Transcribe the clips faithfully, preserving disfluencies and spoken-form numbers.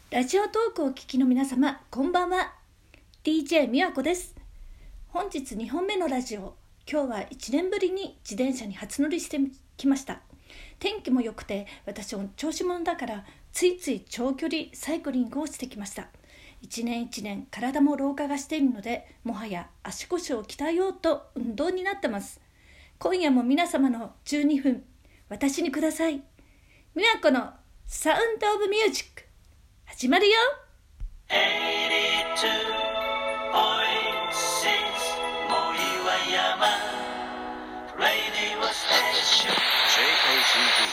ラジオトークをお聞きの皆様、こんばんは。 ディージェー みわこです。本日にほんめのラジオ。今日はいちねんぶりに自転車に初乗りしてきました。天気も良くて、私も調子者だからついつい長距離サイクリングをしてきました。一年一年体も老化がしているので、もはや足腰を鍛えようと運動になってます。今夜も皆様のじゅうにふん、私にください。みわこのサウンドオブミュージック始まるよ。 はちじゅうにてんろく 森は山 Radio Station ジェイエーテ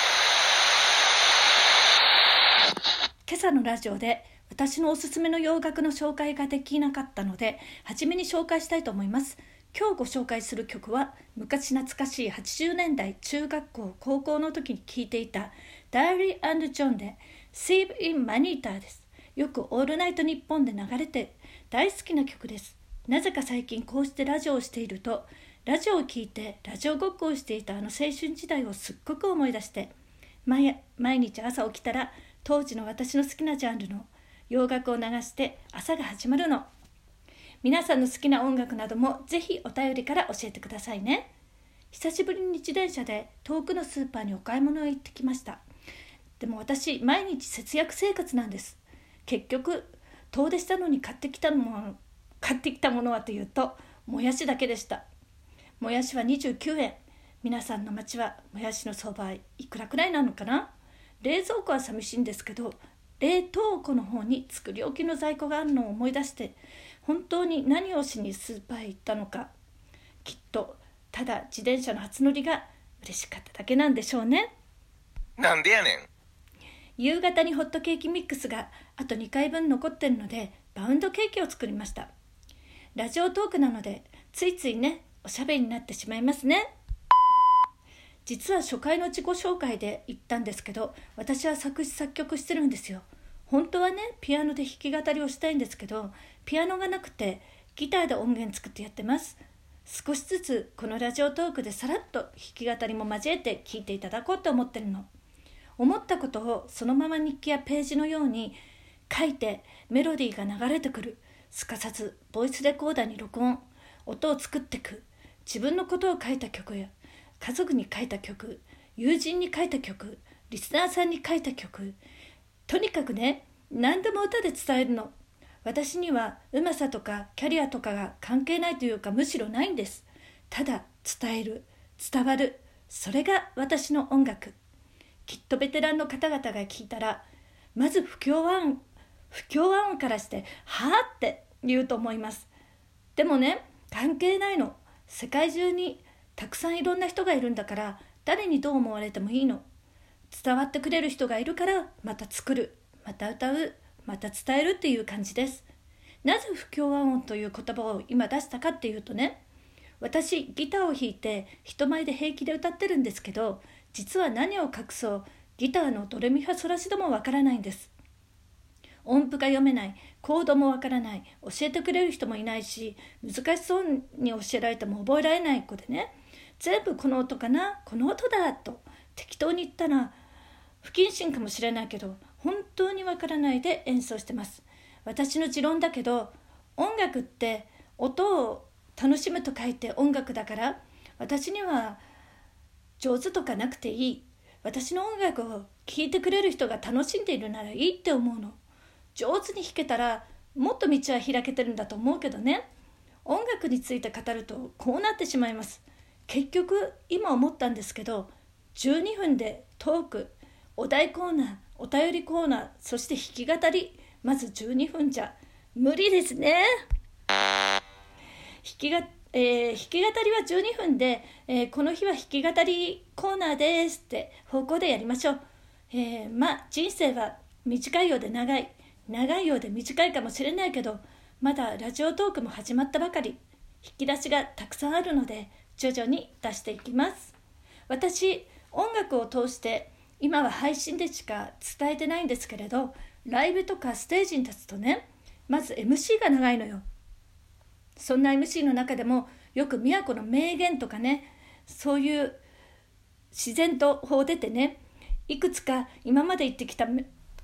ィーブイ。 今朝のラジオで私のおすすめの洋楽の紹介ができなかったので、初めに紹介したいと思います。今日ご紹介する曲は昔懐かしいはちじゅうねんだい中学校高校の時に聴いていたダイリー&ジョンで Save in Manita です。よくオールナイトニッポンで流れて大好きな曲です。なぜか最近こうしてラジオをしていると、ラジオを聴いてラジオごっこをしていたあの青春時代をすっごく思い出して、 毎, 毎日朝起きたら当時の私の好きなジャンルの洋楽を流して朝が始まるの。皆さんの好きな音楽などもぜひお便りから教えてくださいね。久しぶりに自転車で遠くのスーパーにお買い物へ行ってきました。でも私毎日節約生活なんです。結局遠出したのに買ってきたもの買ってきたものはというと、もやしだけでした。もやしはにじゅうきゅうえん。皆さんの町はもやしの相場いくらくらいなのかな。冷蔵庫は寂しいんですけど、冷凍庫の方に作り置きの在庫があるのを思い出して、本当に何をしにスーパーへ行ったのか。きっとただ自転車の初乗りが嬉しかっただけなんでしょうね。 なんでやねん。 夕方にホットケーキミックスがあとにかいぶん残ってるので、バウンドケーキを作りました。ラジオトークなのでついついね、おしゃべりになってしまいますね。実は初回の自己紹介で言ったんですけど、私は作詞作曲してるんですよ。本当はね、ピアノで弾き語りをしたいんですけど、ピアノがなくてギターで音源作ってやってます。少しずつこのラジオトークでさらっと弾き語りも交えて聴いていただこうと思ってるの。思ったことをそのまま日記やページのように書いて、メロディーが流れてくる。すかさずボイスレコーダーに録音、音を作っていく。自分のことを書いた曲や家族に書いた曲、友人に書いた曲、リスナーさんに書いた曲、とにかくね、何でも歌で伝えるの。私にはうまさとかキャリアとかが関係ないというか、むしろないんです。ただ伝える、伝わる、それが私の音楽。きっとベテランの方々が聞いたら、まず不協和音不協和音からしてはぁって言うと思います。でもね、関係ないの。世界中にたくさんいろんな人がいるんだから、誰にどう思われてもいいの。伝わってくれる人がいるから、また作る、また歌う、また伝えるっていう感じです。なぜ不協和音という言葉を今出したかっていうとね、私ギターを弾いて人前で平気で歌ってるんですけど、実は何を隠そうギターのドレミファソラシドもわからないんです。音符が読めない、コードもわからない、教えてくれる人もいないし、難しそうに教えられても覚えられない子でね、全部この音かな、この音だと適当に言ったら不謹慎かもしれないけど、本当にわからないで演奏してます。私の持論だけど、音楽って音を楽しむと書いて音楽だから、私には上手とかなくていい。私の音楽を聴いてくれる人が楽しんでいるならいいって思うの。上手に弾けたらもっと道は開けてるんだと思うけどね。音楽について語るとこうなってしまいます。結局今思ったんですけど、じゅうにふんでトーク、お題コーナー、お便りコーナー、そして弾き語り、まずじゅうにふんじゃ無理ですね。弾きがえー、弾き語りはじゅうにふんで、えー、この日は弾き語りコーナーですって方向でやりましょう。えー、まあ人生は短いようで長い、長いようで短いかもしれないけど、まだラジオトークも始まったばかり、引き出しがたくさんあるので徐々に出していきます。私音楽を通して今は配信でしか伝えてないんですけれど、ライブとかステージに立つとね、まず エムシー が長いのよ。そんな エムシー の中でもよく宮古の名言とかね、そういう自然とこう出てね、いくつか今まで言ってきた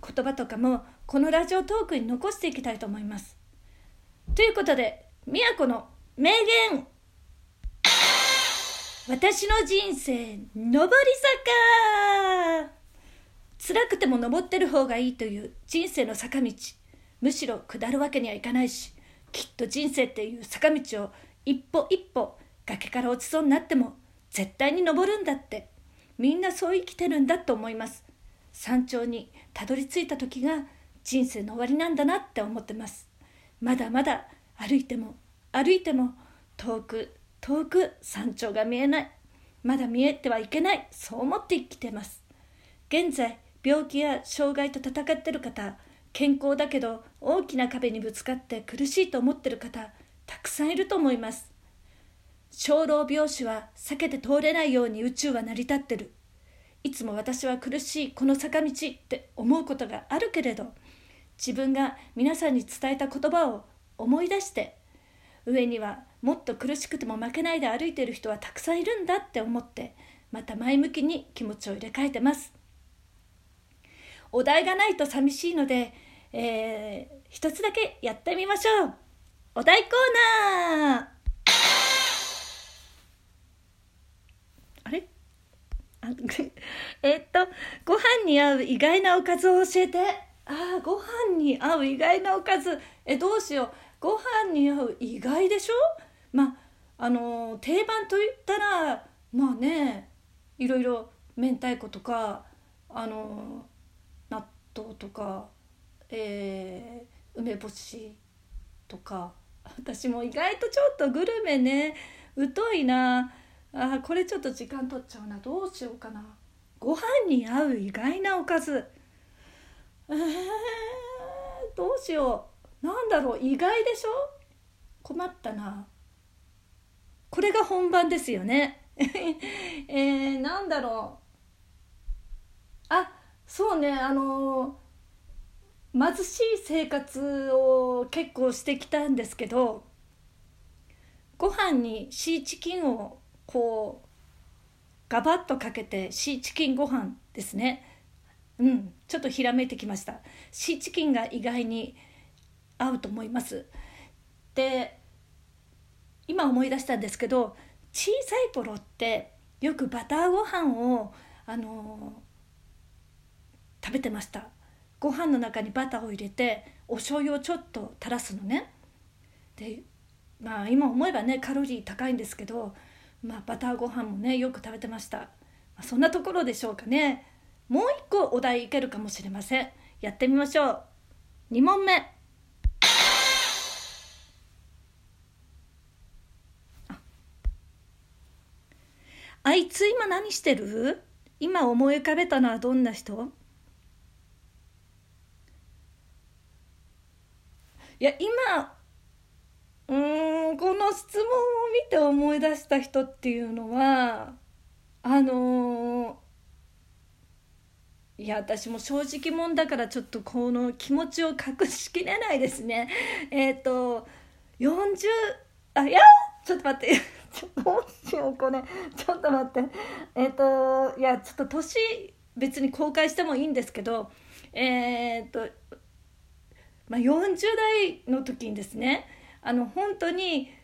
言葉とかもこのラジオトークに残していきたいと思います。ということで、みやこの名言。私の人生上り坂。辛くても登ってる方がいいという人生の坂道、むしろ下るわけにはいかないし、きっと人生っていう坂道を一歩一歩崖から落ちそうになっても絶対に登るんだって、みんなそう生きてるんだと思います。山頂にたどり着いた時が人生の終わりなんだなって思ってます。まだまだ歩いても歩いても遠く遠く山頂が見えない。まだ見えてはいけない、そう思って生きてます。現在病気や障害と闘っている方、健康だけど大きな壁にぶつかって苦しいと思っている方、たくさんいると思います。生老病死は避けて通れないように宇宙は成り立ってる。いつも私は苦しいこの坂道って思うことがあるけれど、自分が皆さんに伝えた言葉を思い出して、上にはもっと苦しくても負けないで歩いている人はたくさんいるんだって思って、また前向きに気持ちを入れ替えてます。お題がないと寂しいので、えー、一つだけやってみましょう。お題コーナー。あれあえっとご飯に合う意外なおかずを教えて。あー、ご飯に合う意外なおかず、えどうしよう。ご飯に合う意外でしょ。まああのー、定番といったらまあね、いろいろ明太子とか、あのー納豆とか、えー、梅干しとか。私も意外とちょっとグルメね疎いなあ。これちょっと時間取っちゃうな。どうしようかな。ご飯に合う意外なおかず、えー、どうしよう。なんだろう。意外でしょ。困ったな。これが本番ですよねえー、なんだろう。あ、そうね、あのー、貧しい生活を結構してきたんですけど、ご飯にシーチキンをこうガバッとかけて、シーチキンご飯ですね。うん、ちょっとひらめいてきました。シーチキンが意外に合うと思います。で、今思い出したんですけど、小さい頃ってよくバターご飯をあのー食べてました。ご飯の中にバターを入れてお醤油をちょっと垂らすのね。で、まあ今思えばねカロリー高いんですけど、まあバターご飯もねよく食べてました。まあ、そんなところでしょうかね。もう一個お題いけるかもしれません。やってみましょう。に問目。あ、あいつ今何してる？今思い浮かべたのはどんな人？いや、今うーんこの質問を見て思い出した人っていうのは、あのー、いや私も正直者だからちょっとこの気持ちを隠しきれないですね。えっとよんじゅう、あ、いやちょっと待ってちょっとどうしようこれ、ちょっと待って。えっといやちょっと年別に公開してもいいんですけど、えっとまあ、よんじゅう代の時にですね、あの本当に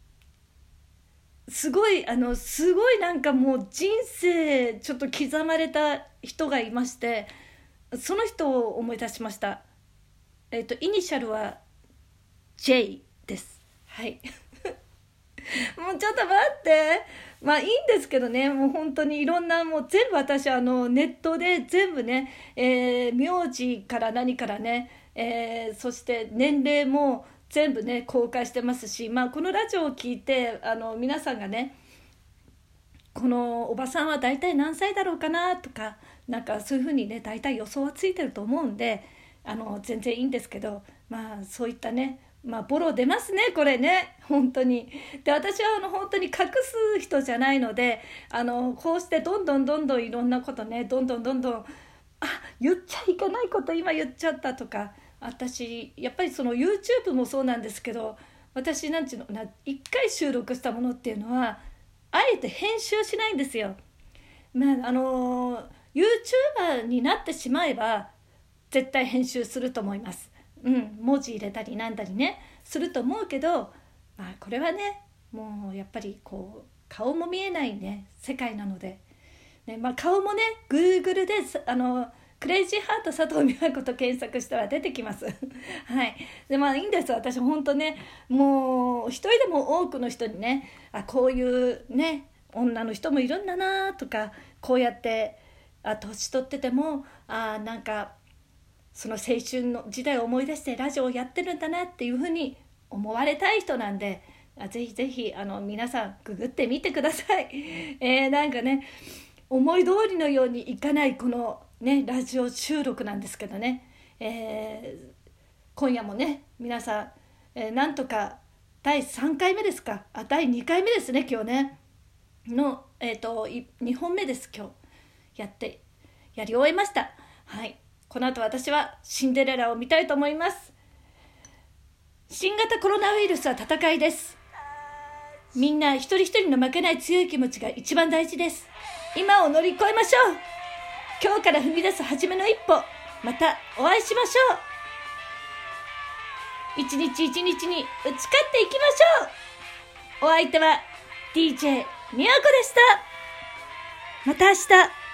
すごいあのすごいなんかもう人生ちょっと刻まれた人がいまして、その人を思い出しました。えっとイニシャルは ジェイ です。はいもうちょっと待って、まあいいんですけどね、もう本当にいろんなもう全部私あのネットで全部ね、えー、名字から何からね、えー、そして年齢も全部ね公開してますし、まあこのラジオを聞いてあの皆さんがね、このおばさんは大体何歳だろうかなとか、なんかそういうふうにね大体予想はついてると思うんで、あの全然いいんですけど、まあそういったね、まあボロ出ますねこれね本当に。で私はあの本当に隠す人じゃないので、あのこうしてどんどんどんどんいろんなことね、どんどんどんどんあ言っちゃいけないこと今言っちゃったとか、私やっぱりその YouTube もそうなんですけど、私なんていうのな、一回収録したものっていうのはあえて編集しないんですよ。まああの YouTuber になってしまえば絶対編集すると思います。うん、文字入れたりなんだりねすると思うけど、まあこれはねもうやっぱりこう顔も見えないね世界なので、ね、まあ、顔もね Google であのクレイジーハート佐藤美和子と検索したら出てきますはいでまあいいんです。私本当ねもう一人でも多くの人にねあこういうね女の人もいるんだなとか、こうやってあ年取っててもあなんかその青春の時代を思い出してラジオをやってるんだなっていうふうに思われたい人なんで、ぜひぜひあの皆さんググってみてくださいえー、なんかね思い通りのようにいかないこのねラジオ収録なんですけどね、えー、今夜もね皆さん、えー、なんとかだいさんかいめですかあだいにかいめですね今日ねの、えーと、にほんめです今日やってやり終えました。はい、この後私はシンデレラを見たいと思います。新型コロナウイルスは戦いです。みんな一人一人の負けない強い気持ちが一番大事です。今を乗り越えましょう。今日から踏み出す初めの一歩、またお会いしましょう。一日一日に打ち勝っていきましょう。お相手は ディージェー みやこでした。また明日。